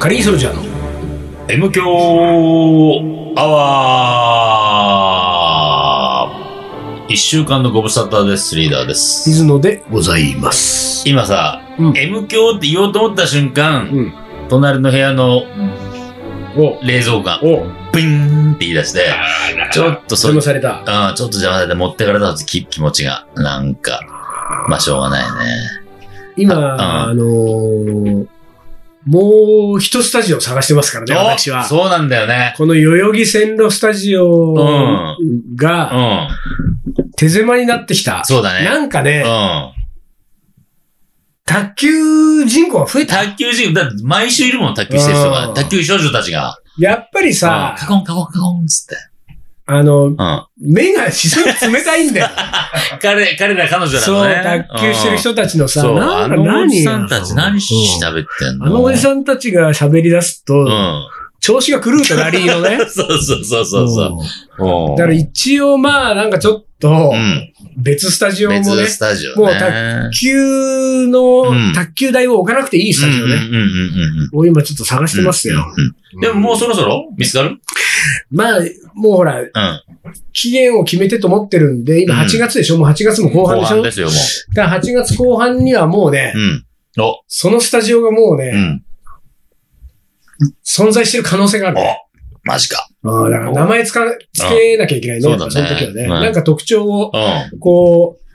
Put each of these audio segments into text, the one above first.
カリーソルジャーの M 強アワー。一週間のご無沙汰です。リーダーです。 水野でございます。 今さ、M 強って言おうと思った瞬間、隣の部屋の冷蔵庫がピンって言い出して、ちょっと邪魔された。 ちょっと邪魔されて持ってかれた気持ちが、なんか、まあしょうがないね。 今、もう一スタジオ探してますからね、私は。 そうなんだよね。 この代々木線路スタジオが、手狭になってきた。 そうだね。 なんかね、卓球人口が増えた。 卓球人口、だって毎週いるもん、卓球してる人が。卓球少女たちが。 やっぱりさ、 カコンカコンカコンつって。 目が視線冷たいんだよ。 彼ら彼女らのね。 そう、卓球してる人たちのさ、 あのおじさんたち何喋ってんの？ あのおじさんたちが喋り出すと、調子が狂うとなりのね。 そうそう。 だから一応まあなんかちょっと、別スタジオもね。 別スタジオね。 もう卓球台を置かなくていいスタジオね。を今ちょっと探してますよ。 でももうそろそろ見つかる？ まあ、もうほら、期限を決めてと思ってるんで、今8月でしょ？もう8月も後半でしょ？ 後半ですよ、もう。 だから8月後半にはもうね、そのスタジオがもうね、存在してる可能性がある。 マジか。 だから名前つけなきゃいけないね。その時はね。なんか特徴を、こう、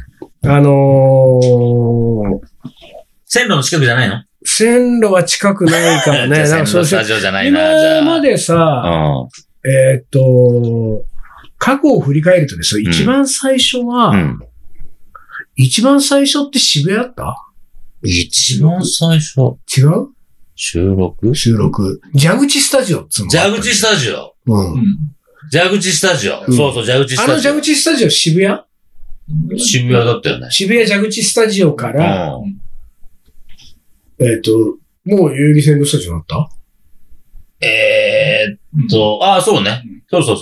線路の近くじゃないの？ 線路は近くないからね。 なんかそうスタジオじゃないな。 今までさ、過去を振り返るとですよ、一番最初って渋谷だった？ 一番最初。 違う？ 収録。 蛇口スタジオっつうの。 蛇口スタジオ。蛇口スタジオ。そうそう、蛇口スタジオ。 蛇口スタジオ渋谷だったよね。 渋谷蛇口スタジオから、もう代々木線のスタジオだった？ そうね。そう。そう。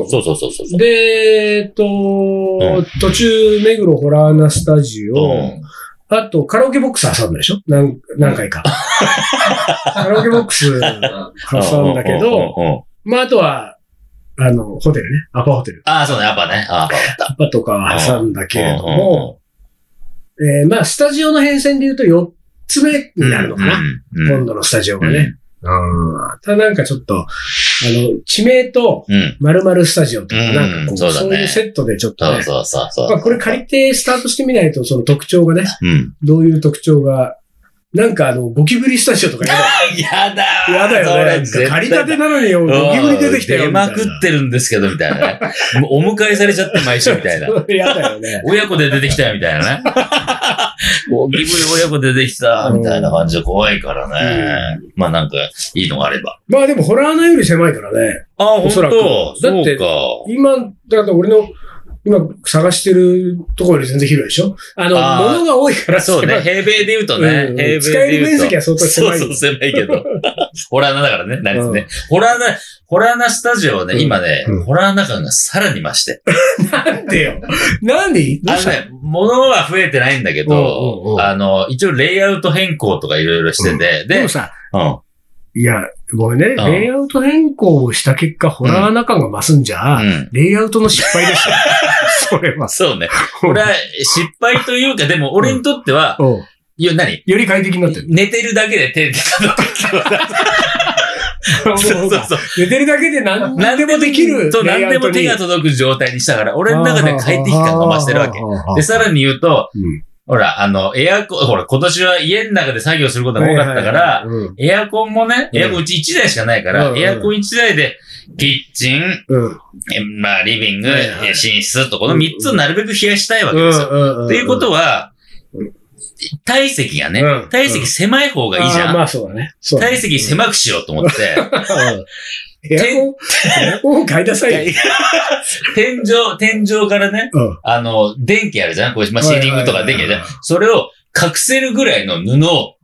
で、途中、目黒ホラーナスタジオ、あと、カラオケボックス挟んだでしょ？何回か。カラオケボックス挟んだけど、まあ、あとは、ホテルね。アパホテル。 そうね、アパね。アパとかは挟んだけれども、まあ、スタジオの変遷で言うと4つ目になるのかな。今度のスタジオがね。ただなんかちょっと、地名と、〇〇スタジオとか、なんかこう、そういうセットでちょっとね。そう。まあこれ借りてスタートしてみないと、その特徴がね、どういう特徴が、なんかゴキブリスタジオとかやだよ。やだよね。借りたてなのにゴキブリ出てきたよ。 出まくってるんですけど、みたいなね。お迎えされちゃって毎週みたいな。 やだよね。 親子で出てきたよ、みたいなね。ゴキブリ親子で出てきた、みたいな感じで怖いからね。まあなんか、いいのがあれば。 まあでも、ホラー穴より狭いからね。 おそらく。だって、今、だから俺の、今探してるところより全然広いでしょ？物が多いから。 そうね。平米で言うとね。 使える面積は相当狭い。 そう、狭いけど。ホラー穴だからね。何ですね。ホラー穴スタジオはね、今ね、ホラー穴感がさらに増して。 なんでよ。なんで物は増えてないんだけど、一応レイアウト変更とかいろいろしてて、 でもさ、いや、ごめんね。レイアウト変更をした結果、ホラー穴感が増すんじゃ、レイアウトの失敗ですよ。それは。 そうね。これは失敗というか、でも俺にとっては、何？ より快適になってる。 寝てるだけで手で届く。そう。 寝てるだけで何でもできる。 そう、何でも手が届く状態にしたから、俺の中で快適感が増してるわけ。で、さらに言うと、ほら、エアコン、ほら、今年は家の中で作業することが多かったから、エアコンもね、エアコンうち1台しかないから、エアコン1台で、キッチン、まあ、リビング、寝室と、この3つをなるべく冷やしたいわけですよ。っていうことは、体積がね、体積狭い方がいいじゃん。 まあそうだね。 体積狭くしようと思って、 エアコン買いなさいよ。 天井からね、電気あるじゃんこう、シーリングとか電気あるじゃんそれを隠せるぐらいの布を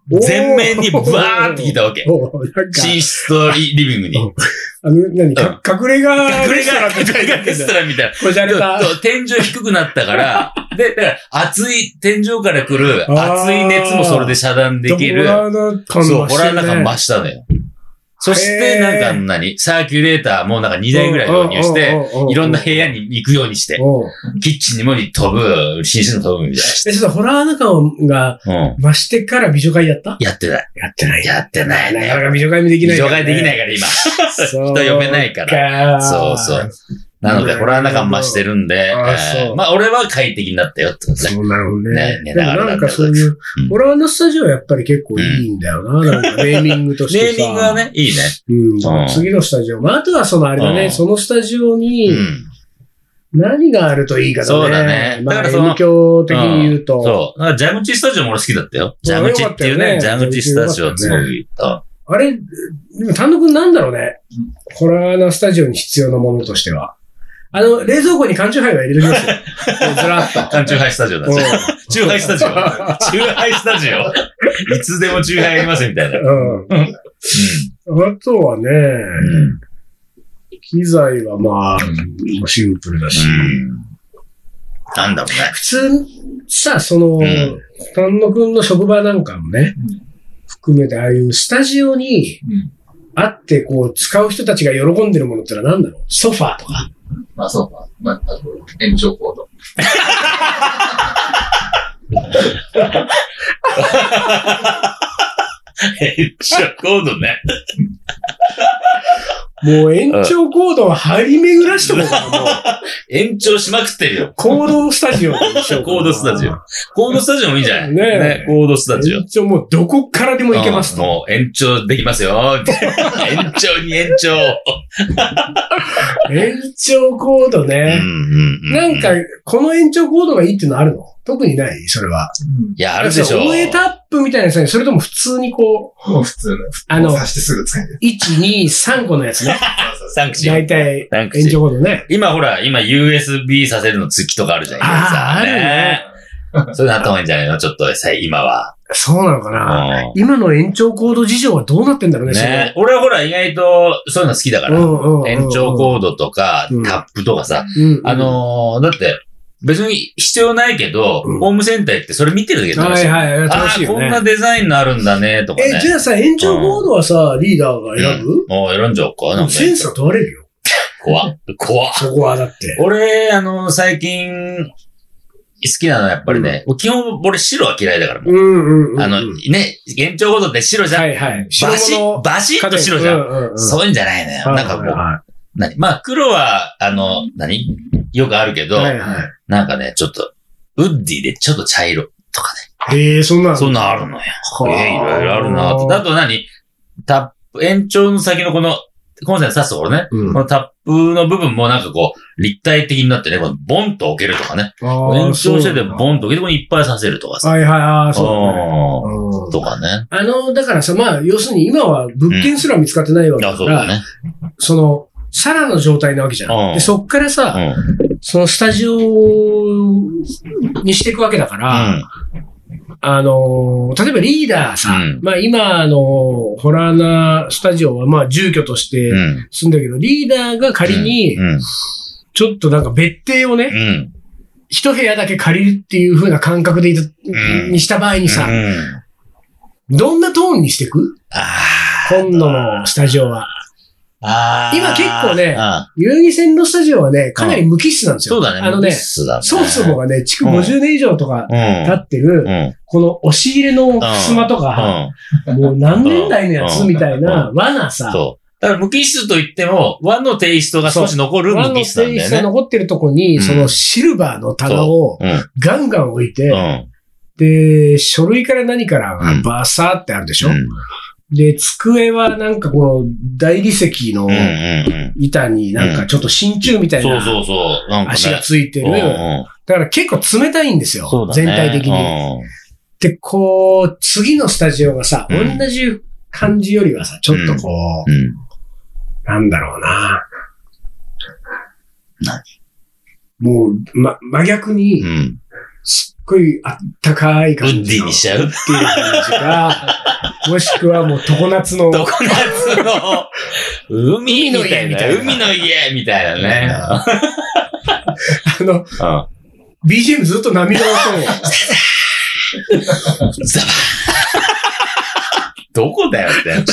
全面にバーって来たわけ。寝室とリビングに。 隠れ家レストランみたいな。 こじゃれた。 天井低くなったから、で、だから天井から来る熱い熱もそれで遮断できる。そう、ホラー中増したのよ。そして、サーキュレーターも2台ぐらい導入して、いろんな部屋に行くようにして、キッチンにも飛ぶ、寝室に飛ぶみたいな。 ちょっとホラー中が増してから美女会やった？ やってない。 やってないね。 なかなか美女会もできないから。美女会できないから今。人読めないから。そう。なので、ホラー仲間してるんで、まあ、俺は快適になったよってことね。 そうなるほどね。でもなんかそういう、ホラーのスタジオはやっぱり結構いいんだよな。なんかネーミングとしてさ。 ネーミングはね、いいね。 次のスタジオ。まあ、あとはあれだね、そのスタジオに、何があるといいかだね。 そうだね。 まあ、勉強的に言うと。 そう。ジャムチスタジオも俺好きだったよ。ジャムチっていうね、ジャムチスタジオすごくいいと。 あれ、単独なんだろうね。ホラーのスタジオに必要なものとしては。冷蔵庫に缶チューハイは入れてきますよ。ずらっと。 缶チューハイスタジオだ。チューハイスタジオ。チューハイスタジオ。いつでもチューハイやりますみたいな。 あとはね、機材はまあ、シンプルだし。 なんだろうね。 普通、さ、丹野くんの職場なんかもね、含めてああいうスタジオに、あって使う人たちが喜んでるものってのは何だろう？ソファーとか。 まあそうか。まあ、延長コード。 延長コードね。 もう延長コードは張り巡らしとこうかな、もう。 延長しまくってるよ。 コードスタジオでしょ。 コードスタジオ。コードスタジオもいいんじゃないね。コードスタジオ。 延長もうどこからでも行けますと。 もう延長できますよ。延長に延長。 延長コードね。なんか、この延長コードがいいっていうのあるの？特にないそれは。 いや、あるでしょ。 OA タップみたいなやつね、それとも普通にもう普通の。刺してすぐ使える。 1、2、3個のやつね。 3口。 大体、延長コードね。 今USB させるの月とかあるじゃん。 あるね。 そういうのあった方がいいんじゃないのちょっと、今は。 そうなのかな今の延長コード事情はどうなってんだろうね。 俺は意外とそういうの好きだから。延長コードとか、タップとかさ。だって、別に必要ないけど、ホームセンター行ってそれ見てるだけで楽しい。楽しいよね。こんなデザインのあるんだね、とかね。 じゃあさ、延長コードはさ、リーダーが選ぶ？ 選んじゃおうか。なんかセンスは問われるよ。 怖。 そこはだって。 俺、最近、好きなのはやっぱりね、基本俺白は嫌いだからもう。延長コードって白じゃん。バシッと白じゃん。そういうんじゃないのよ。なんかもう、まあ黒は、よくあるけど、なんかね、ちょっと、ウッディでちょっと茶色とかね。そんなあるのよ。いろいろあるなと。あとタップ、延長の先のコンセント挿すところね。このタップの部分もなんか立体的になってね、ボンと置けるとかね。延長しててボンと置けて、ここにいっぱい挿せるとかさ。そうとかね。 だからさ、まあ、要するに今は物件すら見つかってないわけだから、サラの状態なわけじゃん。で、そっからさ、そのスタジオにしていくわけだから、例えばリーダーさ、まあ今ホラーなスタジオはまあ住居として住んだけど、リーダーが仮に、ちょっとなんか別邸をね、一部屋だけ借りるっていう風な感覚でにした場合にさ、どんなトーンにしていく？今度のスタジオは。今結構ね、代々木線のスタジオはね、かなり無機質なんですよ。 そうだね。 そもそもがね、築50年以上とか経ってる、この押し入れの襖とか、もう何年代のやつみたいな和なさ。 だから無機質と言っても、和のテイストが少し残る無機質なんだよね。和のテイストが残ってるとこに、そのシルバーの棚をガンガン置いて、で、書類から何からがバサーってあるでしょ。で、机はなんかこの大理石の板になんかちょっと真鍮みたいな足がついてる。だから結構冷たいんですよ。全体的に。で、次のスタジオがさ、同じ感じよりはさ、ちょっとなんだろうな。もう、真逆に、すっごいあったかい感じ。 ウッディにしちゃうっていう感じが、もしくはもう常夏の。 常夏の、海の家みたいな。海の家みたいなね。 BGM ずっと波の音を。 ザバどこだよってやつ。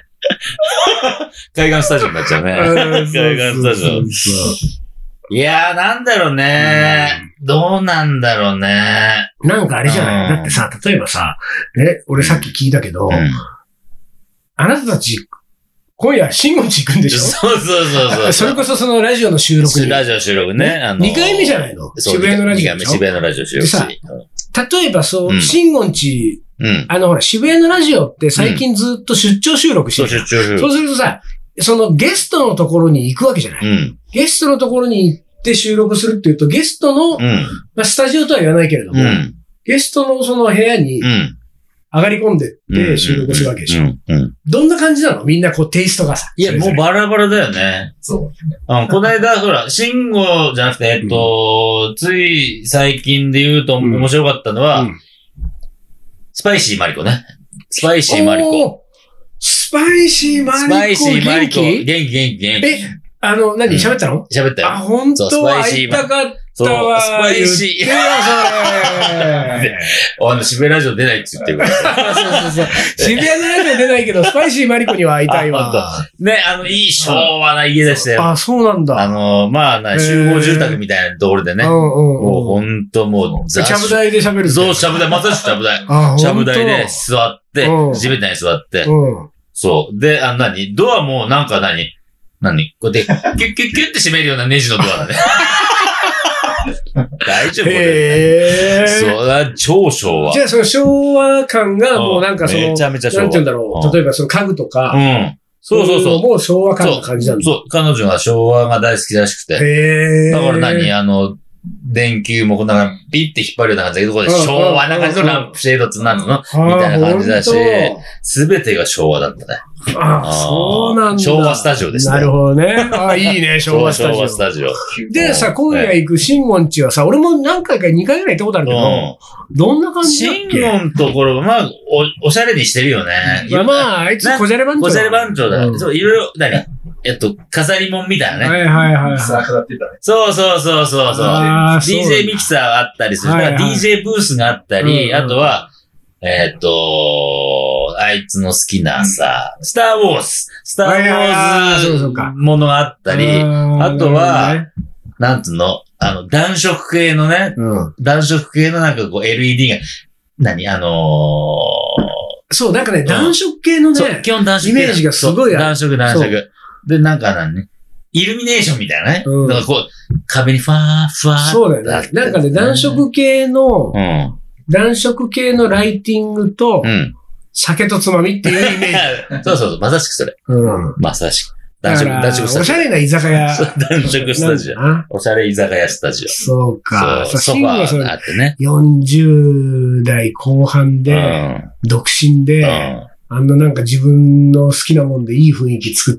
海岸スタジオになっちゃうね。海岸スタジオ。いやー、なんだろうね。どうなんだろうね。 なんかあれじゃない、だってさ、例えばさ、ね、俺さっき聞いたけど、あなたたち、今夜、新言地行くんでしょ？ そう。 それこそそのラジオの収録に。 ラジオ収録ね。 2回目じゃないの？渋谷のラジオ。 渋谷のラジオ収録。 例えば新言地、ほら、渋谷のラジオって最近ずっと出張収録してる。そうするとさ、そのゲストのところに行くわけじゃない。ゲストのところに行って収録するっていうと、ゲストの、まあ、スタジオとは言わないけれども、ゲストのその部屋に上がり込んでって収録するわけでしょ。どんな感じなの？みんなこうテイストがさ。 いや、もうバラバラだよね。 そう。 この間、ほら、慎吾じゃなくて、つい最近で言うと面白かったのは、スパイシーマリコね。スパイシーマリコ。 スパイシーマリコ。 スパイシーマリコ。元気。 何喋ったの？ 喋ったよ。 あ、本当は会いたかったわ。 スパイシー。渋谷ラジオ出ないって言ってるから。 そう。渋谷のラジオ出ないけど、スパイシーマリコには会いたいわ。 ね、いい昭和な家でしたよ。 あ、そうなんだ。 まあ、集合住宅みたいなところでね。もうほんともう、 ちゃぶ台で喋る。 そう、ちゃぶ台、まさしくちゃぶ台。ちゃぶ台で座って、地べたに座って。そう。で、ドアもなんかこうやって、キュッキュッキュッって閉めるようなネジのドアだね。大丈夫そう、超昭和。 じゃあその昭和感がもうなんかめちゃめちゃ昭和。 なんて言うんだろう。例えばその家具とか。 そう。 もう昭和感な感じなんだ。 そう、彼女は昭和が大好きらしくて。だから電球もこんなピッて引っ張るような感じだけど、昭和な感じのランプシェードつなんつのみたいな感じだし、すべてが昭和だったね。 そうなんだ。 昭和スタジオですね。 なるほどね。いいね、昭和スタジオ。 昭和スタジオ。 でさ、今夜行く新言地はさ、俺も何回か2回ぐらい行ったことあるけど、どんな感じだっけ？ 新言ところ、まあ、おしゃれにしてるよね。 まあ、あいつ小じゃれ番長。 小じゃれ番長だ。そう、いろいろ、飾り物みたいなね。 はい。 そう。DJ ミキサーがあったりする。DJ ブースがあったり、あとは、あいつの好きなさ、スターウォーズものがあったり、あとは、なんつうの、暖色系のね、暖色系のなんかこう LED が、 そう、なんかね、暖色系のね、 基本暖色イメージがすごいある。 暖色。で、なんかイルミネーションみたいなね。なんかこう、壁にファー。 そうだよね。なんかね、暖色系のライティングと、酒とつまみっていうイメージ。 そう、まさしくそれ。まさしく。暖色スタジオ。 おしゃれな居酒屋。 暖色スタジオ。おしゃれ居酒屋スタジオ。 そうか。 ソファーがあってね。 40代後半で、独身で、なんか自分の好きなもんでいい雰囲気作って、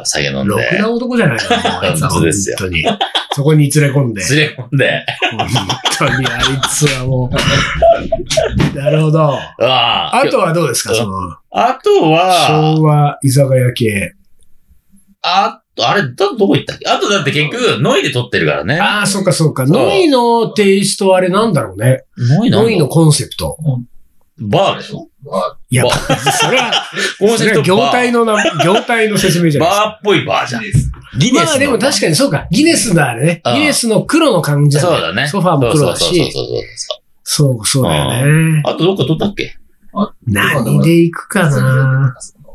酒飲んで。 ろくな男じゃないの？ 本当ですよ。 本当に。そこに連れ込んで。 本当にあいつはもう。なるほど。あとはどうですか、 あとは、 昭和居酒屋系。 あれ、どこ行ったっけ？あとだって結局、ノイで撮ってるからね。 ああ、そうか。ノイのテイストあれなんだろうね。ノイのコンセプト。 バーでしょ？ いや、それは業態の説明じゃないですか。 バーっぽいバーじゃん。ギネス。 まあでも確かにそうか。ギネスだね。ギネスの黒の感じだね。 そうだね。 ソファーも黒だし。そうだよね。 あとどっか撮ったっけ？ 何で行くかな？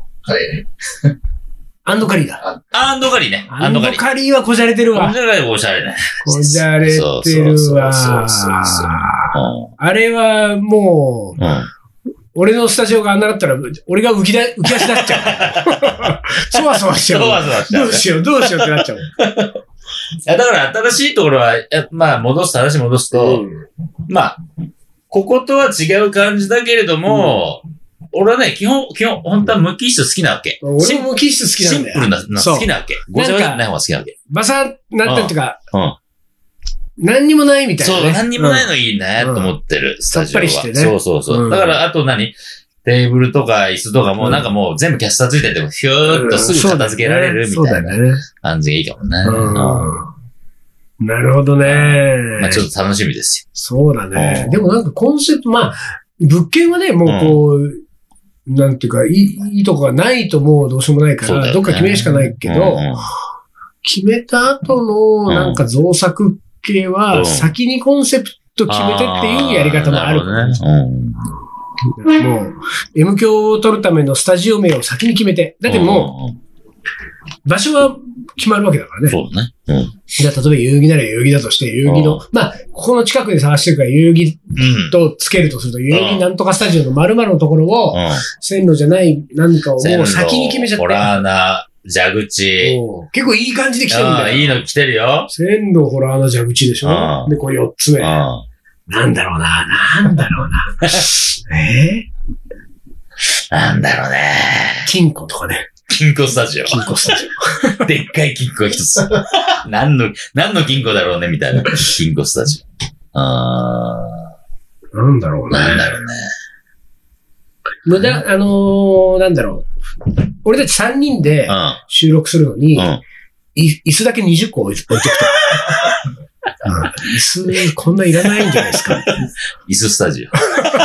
アンドカリーだ。 アンドカリーね。 アンドカリーはこじゃれてるわ。 こじゃれおしゃれね。 こじゃれてるわ。あれはもう、俺のスタジオがあんなだったら、俺が浮き足立っちゃう。そわそわしちゃう。どうしようってなっちゃう。 だから新しいところは、まあ話戻すと、まあ、こことは違う感じだけれども、俺はね、基本、本当は無機質好きなわけ。 俺も無機質好きなんだよ。 シンプルな好きなわけ。ごちゃごちゃない方が好きなわけ。 なんていうか、 何にもないみたいな、ね。 そう、何にもないのいいね、と思ってる、スタジオは。 さっぱりしてね。 そう。だから、あとテーブルとか椅子とかもなんかもう全部キャスターついてても、ひゅーっとすぐ片付けられるみたいな感じがいいかもね。 なるほどね。 まあちょっと楽しみですよ。 そうだね。でもなんかコンセプト、まあ、物件はね、もうこう、なんていうか、いいとこがないともうどうしようもないから、どっか決めるしかないけど、決めた後のなんか造作系は、先にコンセプト決めてっていうやり方もあるからね。もう、M 響を取るためのスタジオ名を先に決めて。だってもう、場所は決まるわけだからね。 そうだね。 じゃあ、例えば遊戯なら遊戯だとして、遊戯の、まあ、ここの近くで探してるから遊戯とつけるとすると、遊戯なんとかスタジオの〇〇のところを、線路じゃない何かをもう先に決めちゃって。 ホラーな蛇口。 結構いい感じで来てるんだよ。 いいの来てるよ。 線路ホラーな蛇口でしょ。で、これ4つ目。なんだろうな。なんだろうね。金庫とかね。 金庫スタジオ。 金庫スタジオ。でっかい金庫が一つ。何の金庫だろうね、みたいな。金庫スタジオ。 なんだろうね。無駄、なんだろう。俺たち3人で収録するのに、椅子だけ20個置いとくと。椅子、こんないらないんじゃないですか。 椅子スタジオ。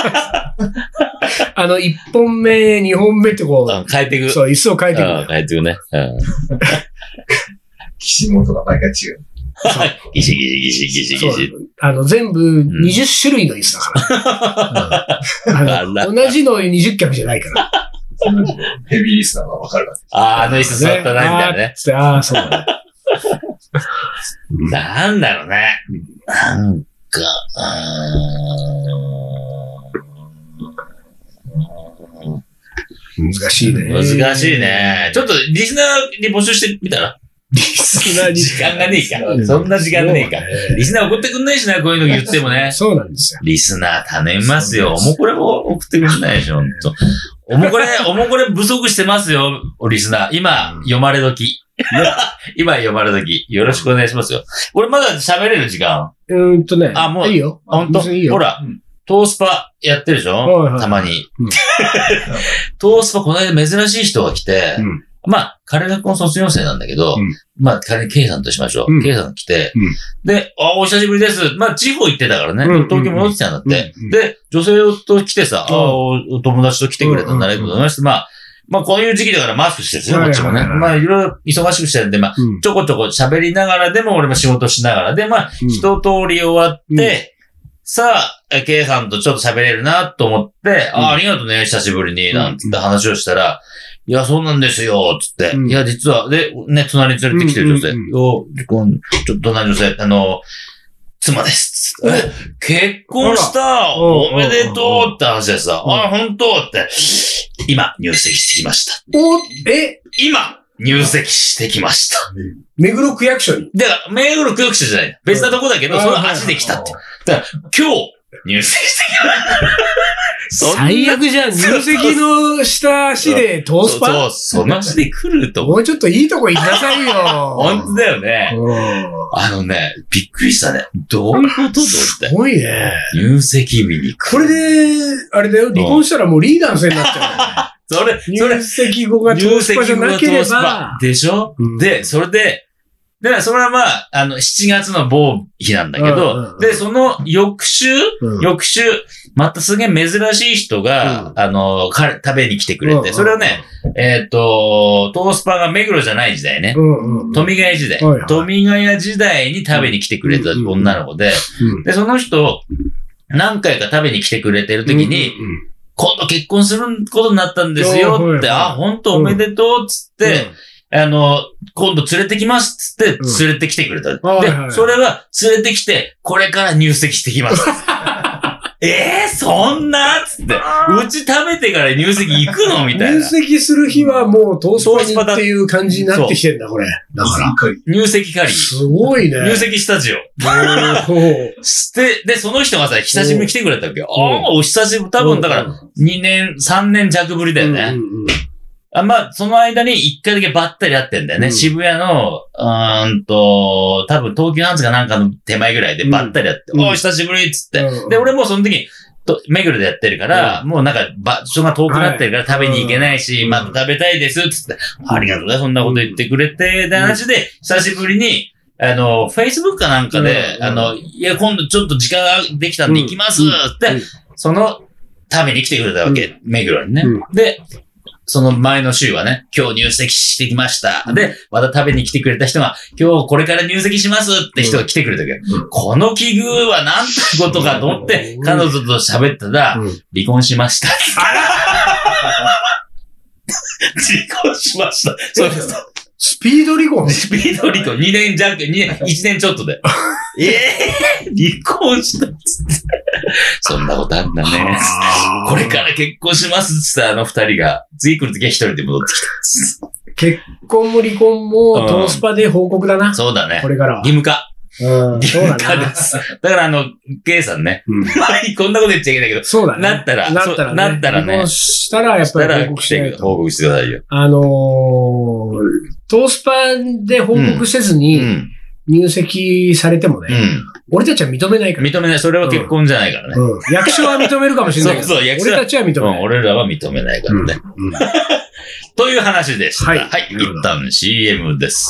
1本目、2本目ってこう。 変えていく。 そう、椅子を変えていく。 変えていくね。 岸本が毎回違う。 ギシギシ。 全部20種類の椅子だから。同じの20脚じゃないから。 ヘビーリスナーはわかるわ。 あの椅子座ったな、みたいなね。 そうだね。 なんだろうね。なんか、 難しいね。 難しいね。ちょっとリスナーに募集してみたら。 リスナーに。 時間がねえか。そんな時間ねえか。リスナー送ってくんないしな、こういうの言ってもね。 そうなんですよ。 リスナー頼みますよ。おもこれも送ってくんないでしょ、ほんと。おもこれ不足してますよ、リスナー。今、読まれ時。今読まれ時。よろしくお願いしますよ。俺まだ喋れる時間。 あ、もう。いいよ。 ほんと。ほら、トースパやってるでしょたまに。トースパこの間珍しい人が来て、まあ、彼がこの卒業生なんだけど、まあ、彼に K さんとしましょう。K さんが来て、で、お久しぶりです。まあ、地方行ってたからね。東京戻ってきたんだって。で、女性と来てさ、お友達と来てくれたんだね。まあ、こういう時期だからマスクしてるんですよ、こっちもね。まあ、いろいろ忙しくしてるんで、まあ、ちょこちょこ喋りながらでも、俺も仕事しながらで、まあ、一通り終わって、さあ、K さんとちょっと喋れるなと思って、ありがとうね、久しぶりに、なんつって話をしたら、いや、そうなんですよ、つって。いや、実は、で、ね、隣に連れてきてる女性。ちょっと隣の女性、妻です。結婚したおめでとうって話でさ、本当って、今、入籍してきました。今、入籍してきました。 目黒区役所に。 だから、目黒区役所じゃない。別なとこだけど、その足で来たって。だから、今日、入籍してきました。 最悪じゃん。入籍のした足でトースパその足で来ると。 もうちょっといいとこ行きなさいよ。 本当だよね。びっくりしたね。どういうことと思って。 すごいね。 入籍日に来る。 これで、あれだよ、離婚したらもうリーダーのせいになっちゃう。入籍後がトースパじゃなければ。 でしょで、それで、それはまあ、7月の某日なんだけど、で、その翌週、またすげえ珍しい人が、食べに来てくれて、それはね、トースパが目黒じゃない時代ね。富ヶ谷時代。富ヶ谷時代に食べに来てくれた女の子で、で、その人、何回か食べに来てくれてる時に、今度結婚することになったんですよって、本当おめでとうっつって、今度連れてきますっつって連れてきてくれた。で、それは連れてきて、これから入籍してきます。そんなつって、うち食べてから入籍行くのみたいな。 入籍する日はもうトースパっていう感じになってきてんだ、これ。だから。 入籍カリー。 すごいね。 入籍スタジオ。で、その人がさ、久しぶりに来てくれたわけよ。お久しぶり、多分だから、2年、3年弱ぶりだよね。 まあ、その間に一回だけばったり会ってんだよね。渋谷の、多分東急ハンズかなんかの手前ぐらいでばったり会って、おー、久しぶりっつって。で、俺もその時、目黒でやってるから、もうなんか場所が遠くなってるから食べに行けないし、また食べたいですっつって、ありがとうね、そんなこと言ってくれて、で、話で、久しぶりに、Facebook かなんかで、いや、今度ちょっと時間ができたんで行きますって、その、食べに来てくれたわけ、目黒にね。で、その前の週はね、今日入籍してきました。で、また食べに来てくれた人が、今日これから入籍しますって人が来てくれたけど、この奇遇はなんてことかと思って、彼女と喋ったら、離婚しました。離婚しました。そうです。 スピード離婚スピード離婚。2年弱、1年ちょっとで。離婚したっつって。そんなことあんだね。これから結婚しますっつった二人が、次来るときは一人で戻ってきた。 結婚も離婚もトースパで報告だな。 そうだね。 これから。 義務化。義務化です。だからK さんね。こんなこと言っちゃいけないけど。 そうだね。 なったらね。 離婚したらやっぱり報告して。 報告してくださいよ。 トースパで報告せずに入籍されてもね、俺たちは認めないから。 認めない。それは結婚じゃないからね。 役所は認めるかもしれないけど。そう、役所は。俺たちは認めない。 俺らは認めないからね。という話でした。はい。一旦 CM です。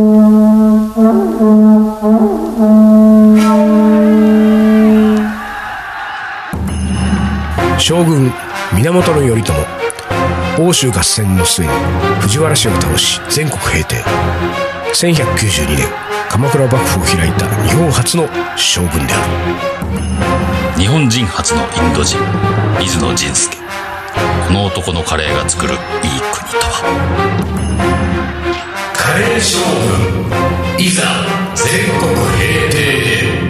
将軍源頼朝、欧州合戦の末に藤原氏を倒し全国平定。1192年鎌倉幕府を開いた日本初の将軍である。日本人初のインド人水野仁介。この男のカレーが作るいい国とは。カレー将軍いざ全国平定。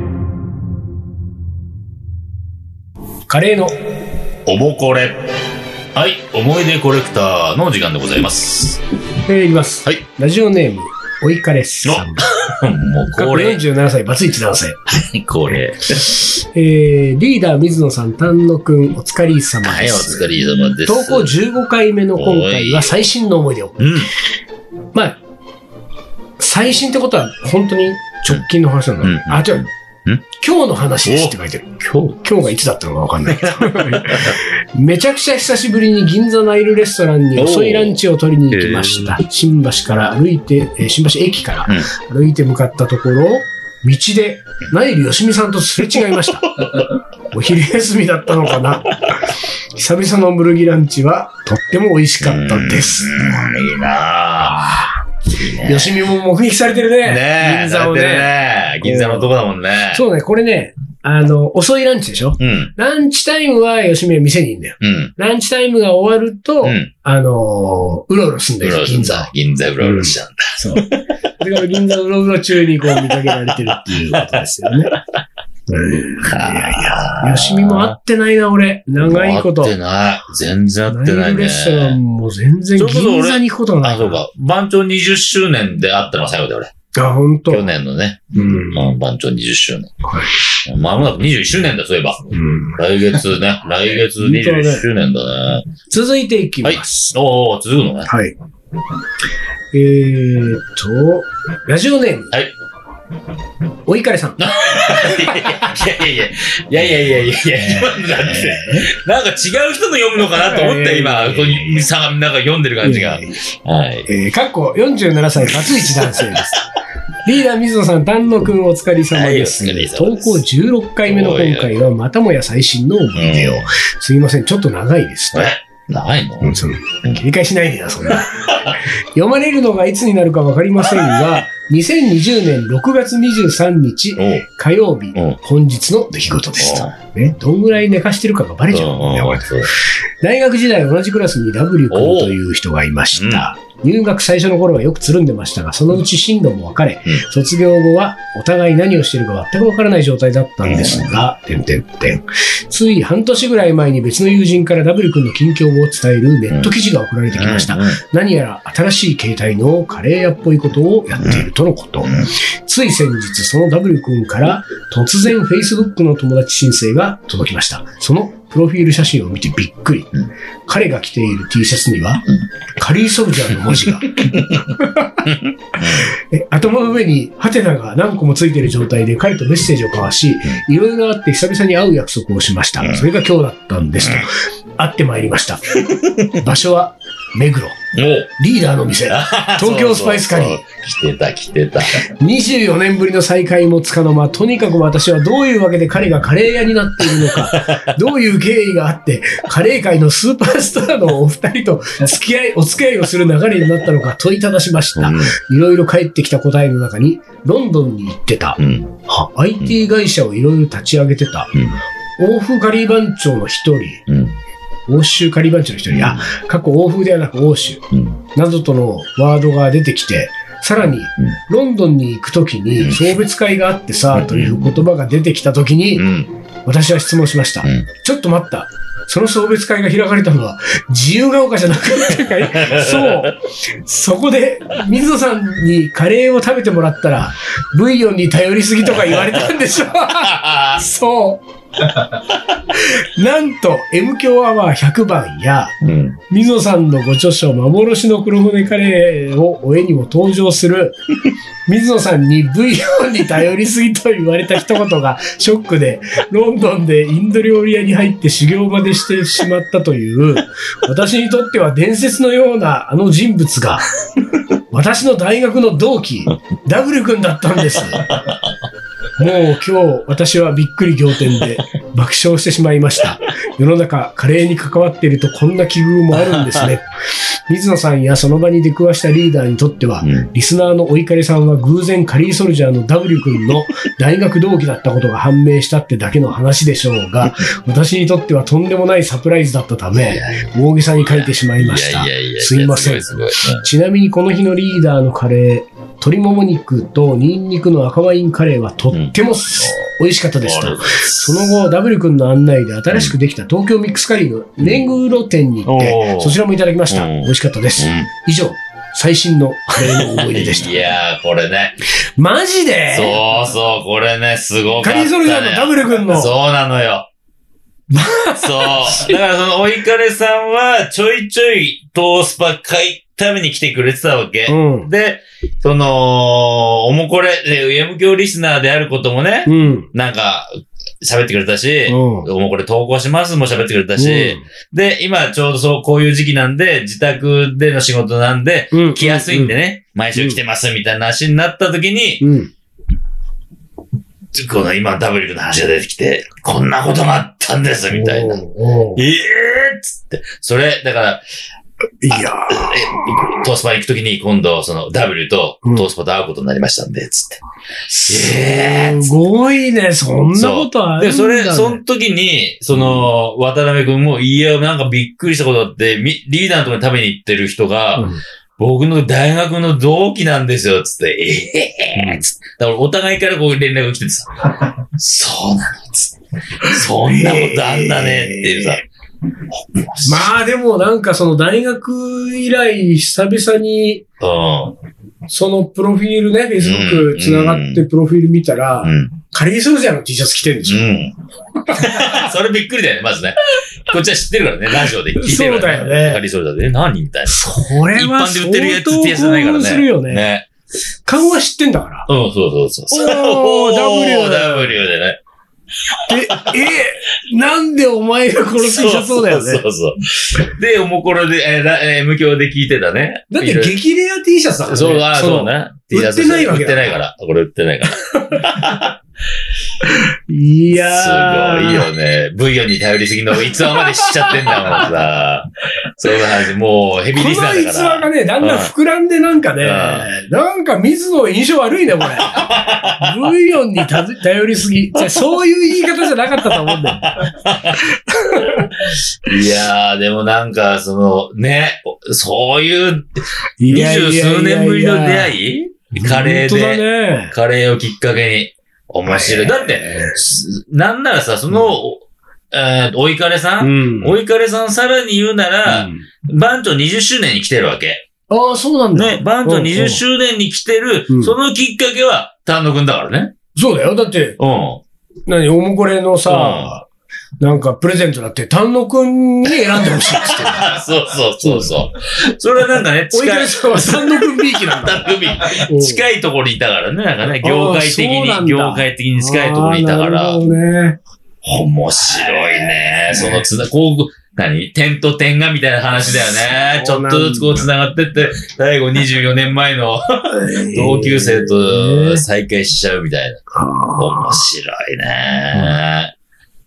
カレーのおぼこれ。はい、思い出コレクターの時間でございます。 いきます。 はい。 ラジオネームおいかれさん。 もう高齢。 47歳、バツイチ男性。 高齢。 リーダー水野さん、丹野くん、お疲れ様です。 はい、お疲れ様です。 投稿15回目の今回は最新の思い出を。まあ、最新ってことは本当に直近の話なんだ。じゃあ、今日の話ですって書いてる。今日がいつだったのかわかんないけど。めちゃくちゃ久しぶりに銀座ナイルレストランに遅いランチを取りに行きました。新橋駅から歩いて向かったところ、道でナイルよしみさんとすれ違いました。お昼休みだったのかな。久々のブルギランチはとっても美味しかったです。 いいなぁ。 よしみも目撃されてるね。 銀座をね。銀座のとこだもんね。 そうね、これね、遅いランチでしょ、ランチタイムはよしみは店にいるんだよ。ランチタイムが終わると、うろうろすんだよ、銀座。 銀座うろうろしちゃうんだ。 そう。だから銀座うろうろ中にこう見かけられてるっていうことですよね。よしみも会ってないな、俺。長いこと。 会ってない。全然会ってないね。 ナイルレストランも全然銀座に行くことがない。 あ、そうか。番長20周年で会ったのが最後で俺。 あ、本当。 去年のね。番長20周年。まもなく21周年だ、そういえば。来月ね。来月21周年だね。 続いていきます。 おー、続くのね。 はい。ラジオネーム。 はい。 おいかれさん。 いや、なんか違う人の読むのかなと思って今、なんか読んでる感じが。はい。 かっこ47歳、バツイチ男性です。リーダー水野さん、丹野くんお疲れ様です。投稿16回目の今回はまたもや最新の思い出を。すいません、ちょっと長いですね。 長いの？ 切り返しないでよ、そんな。読まれるのがいつになるかわかりませんが、2020年6月23日火曜日、本日の出来事ですと。ね、どんぐらい寝かしてるかがバレちゃうもんね、俺。大学時代同じクラスに W 君という人がいました。入学最初の頃はよくつるんでましたが、そのうち進路も分かれ、卒業後はお互い何をしているか全く分からない状態だったんですが、つい半年ぐらい前に別の友人から W 君の近況を伝えるネット記事が送られてきました。何やら新しい形態のカレー屋っぽいことをやっているとのこと。つい先日、その W 君から突然 Facebook の友達申請が届きました。そのプロフィール写真を見てびっくり。彼が着ている T シャツには、カリーソルジャーの文字が。頭の上にハテナが何個もついている状態で彼とメッセージを交わし、いろいろあって久々に会う約束をしました。それが今日だったんですと。会ってまいりました。場所は目黒。リーダーの店。東京スパイスカリー。 来てた。 24年ぶりの再会もつかの間、とにかく私はどういうわけで彼がカレー屋になっているのか、どういう経緯があって、カレー界のスーパースターのお二人とお付き合いをする流れになったのか問いただしました。いろいろ返ってきた答えの中に、ロンドンに行ってた。IT 会社をいろいろ立ち上げてた。欧風カリー番長の一人。欧州カリバンチの人に、過去欧風ではなく欧州、などとのワードが出てきて、さらに、ロンドンに行くときに、送別会があってさ、という言葉が出てきたときに、私は質問しました。ちょっと待った。その送別会が開かれたのは、自由が丘じゃなくてかいそう。そこで、水野さんにカレーを食べてもらったら、ブイヨンに頼りすぎとか言われたんでしょそう。なんと M 強アワー100番や、水野さんのご著書幻の黒船カレーをお絵にも登場する水野さんにブイヨンに頼りすぎと言われた一言がショックでロンドンでインド料理屋に入って修行までしてしまったという私にとっては伝説のようなあの人物が私の大学の同期ダブル君だったんです。もう今日私はびっくり仰天で爆笑してしまいました。世の中カレーに関わっているとこんな奇遇もあるんですね。水野さんやその場に出くわしたリーダーにとっては、リスナーのお怒りさんは偶然カリーソルジャーの W 君の大学同期だったことが判明したってだけの話でしょうが、私にとってはとんでもないサプライズだったため、大げさに書いてしまいました。すいません。ちなみにこの日のリーダーのカレー、鶏もも肉とニンニクの赤ワインカレーはとっても美味しかったですと。その後、ダブル君の案内で新しくできた東京ミックスカリーの目黒店に行って、そちらもいただきました。美味しかったです。以上、最新のカレーの思い出でした。 いやー、これね。 マジでそうそう、これね、すごかった、ね。 カリーソルジャーのダブル君の。 そうなのよ。そう。だからそのおいかれさんは、ちょいちょいトースパ買いために来てくれてたわけ。で、その、おもこれ、M 教リスナーであることもね、なんか、喋ってくれたし、おもこれ投稿しますも喋ってくれたし、で、今ちょうどそう、こういう時期なんで、自宅での仕事なんで、来やすいんでね、毎週来てますみたいな話になった時に、この今 W の話が出てきて、こんなことがあったんですみたいな。つって。それ、だから、 いやトースパ行くときに今度、その W とトースパと会うことになりましたんで、つって。 すごいね、そんなことあるんだ、ね。 で、その時に、その、渡辺くんも、いや、なんかびっくりしたことあって、リーダーのところに食べに行ってる人が、僕の大学の同期なんですよ、つって、つって。だからお互いからこう連絡が来てさ、そうなの、つって。そんなことあんだね、っていうさ。 まあでもなんかその大学以来久々に、そのプロフィールね、Facebook 繋がってプロフィール見たら、カリーソルジャーの T シャツ着てるんでしょ。 それびっくりだよね、まずね。こっちは知ってるからね、ラジオで聞いてるからね。 そうだよね。 カリーソルジャーで、何みたいな。 それは一般で売ってるやつってやつじゃないからね。 するよね。顔は知ってんだから。 そう。W でね。 なんでお前がこの T シャツそうだよね。 そう。で、おもころで、M 響で聞いてたね。 だって激レア T シャツだからね。 そうね。 売ってないわけだ。 売ってないから。これ売ってないから。 いやー。 すごいよね。ブイヨンに頼りすぎの逸話までしちゃってんだからさ。そういう話、もうヘビーリスナーだから。 この逸話がね、だんだん膨らんでなんかね、なんか水野印象悪いね、これ。ブイヨンに頼りすぎ。そういう言い方じゃなかったと思うんだよ。 いやー、でもなんか、その、ね、そういう20数年ぶりの出会いカレーで、カレーをきっかけに。面白い。だって、なんならさ、その、おいかれさん、おいかれさんさらに言うなら、番長20周年に来てるわけ。 ああ、そうなんだ。 ね、番長20周年に来てる、そのきっかけは、丹野くんだからね。 そうだよ。だって、おもこれのさ、 なんかプレゼントだって丹野くんに選んでほしいって言ってそう。それはなんかね、 おいかれさんは丹野くんビーキなんだ。 近いところにいたからね、なんかね、業界的に近いところにいたから。なるほどね。面白いね。その点と点がみたいな話だよね。ちょっとずつこう繋がってって、最後24年前の同級生と再会しちゃうみたいな。面白いね。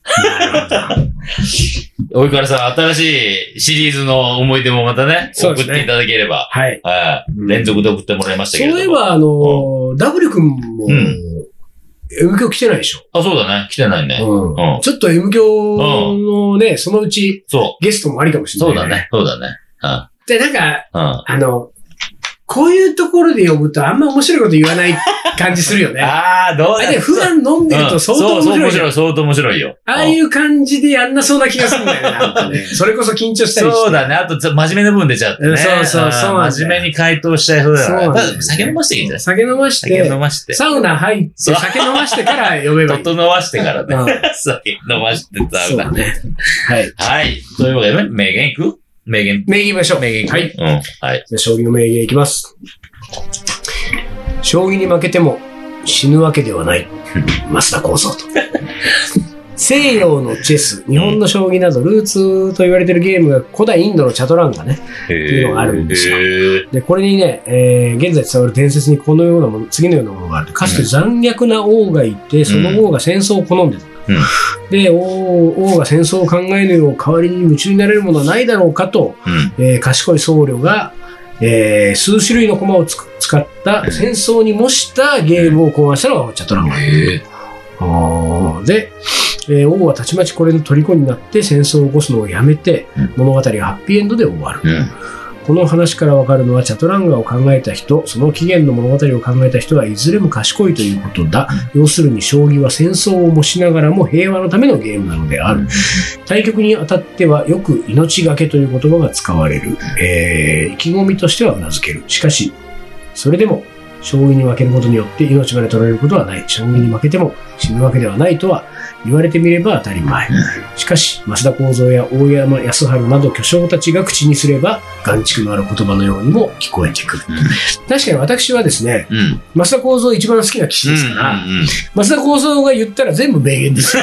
おいからさん、新しいシリーズの思い出もまたね、送っていただければ。はい。連続で送ってもらいましたけれども。 そういえば、W 君も、M 響来てないでしょ？ あ、そうだね。来てないね。 ちょっと M 響のね、そのうち、ゲストもありかもしれない。 そうだね。 で、なんか、こういうところで呼ぶとあんま面白いこと言わない感じするよね。 どうだね。 普段飲んでると相当面白い。 相当面白いよ。 ああいう感じでやんなそうな気がするんだよね。なんかね。それこそ緊張したりして。 そうだね。あと、真面目な部分出ちゃってね。 そう。 真面目に回答しちゃいそうだよね。酒飲ましていいんじゃない？ 酒飲まして。サウナ入って、酒飲ましてから呼べばいい。 整わしてからね。酒飲ましてサウナ。ね。はい。はい。というわけでね、名言いく？名言行きましょう。 名言。はい。 はい。将棋の名言いきます。将棋に負けても死ぬわけではない。増田幸三と。西洋のチェス、日本の将棋などルーツと言われているゲームが古代インドのチャトランガね、っていうのがあるんですよ。で、これにね、現在伝わる伝説にこのようなもの、次のようなものがある。かつて残虐な王がいて、その王が戦争を好んでた。で、王が戦争を考えぬよう代わりに夢中になれるものはないだろうかと、賢い僧侶が、数種類の駒を使った戦争に模したゲームを考案したのがチャトランガ。で、王はたちまちこれの虜になって戦争を起こすのをやめて、物語がハッピーエンドで終わる。この話からわかるのはチャトランガを考えた人、その起源の物語を考えた人はいずれも賢いということだ。要するに将棋は戦争を模しながらも平和のためのゲームなのである。対局にあたってはよく命がけという言葉が使われる。意気込みとしては頷ける。しかし、それでも将棋に負けることによって命まで取られることはない。将棋に負けても死ぬわけではないとは言われてみれば当たり前。しかし、増田幸三や大山康晴など巨匠たちが口にすれば、眼蓄のある言葉のようにも聞こえてくる。確かに私はですね、増田幸三一番好きな棋士ですから、増田幸三が言ったら全部名言ですよ。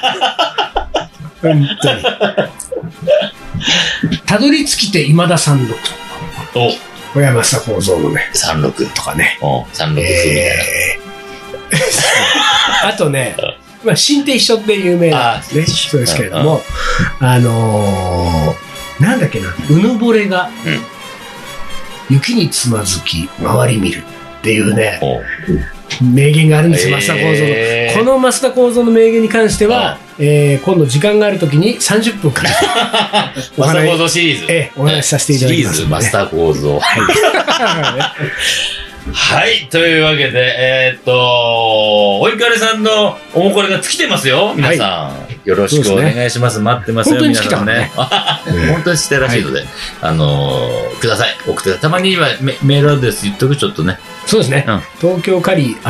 本当に。たどり着きて未だ3六と。これは増田幸三のね。 36 とかね。 36みたいな。あとね、新手一緒って有名なんですね。そうですけれども、なんだっけな、うぬぼれが、雪につまずき、周り見るっていうね、名言があるんですよ、増田幸三の。この増田幸三の名言に関しては、今度時間があるときに30分かけて、 増田幸三シリーズ。 お話しさせていただきます。 シリーズ、増田幸三。はい。というわけで、おいかれさんのおもこれが尽きてますよ。皆さん。よろしくお願いします。待ってますよ、皆さんね。本当にしてらしいので、ください。送ってください。たまにはメールアドレス言っとく、ちょっとね。 そうですね。東京カリー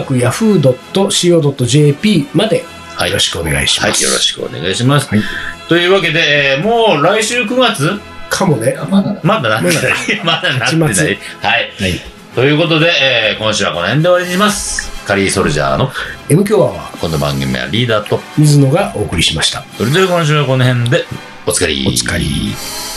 @yahoo.co.jp までよろしくお願いします。 はい。よろしくお願いします。というわけで、もう来週9月かもね。 まだなってない。まだなってない。はい。ということで、今週はこの辺で終わりにします。カリーソルジャーの M 強アワー。 この番組はリーダーと水野がお送りしました。 それでは今週はこの辺でおつかり。 おつかり。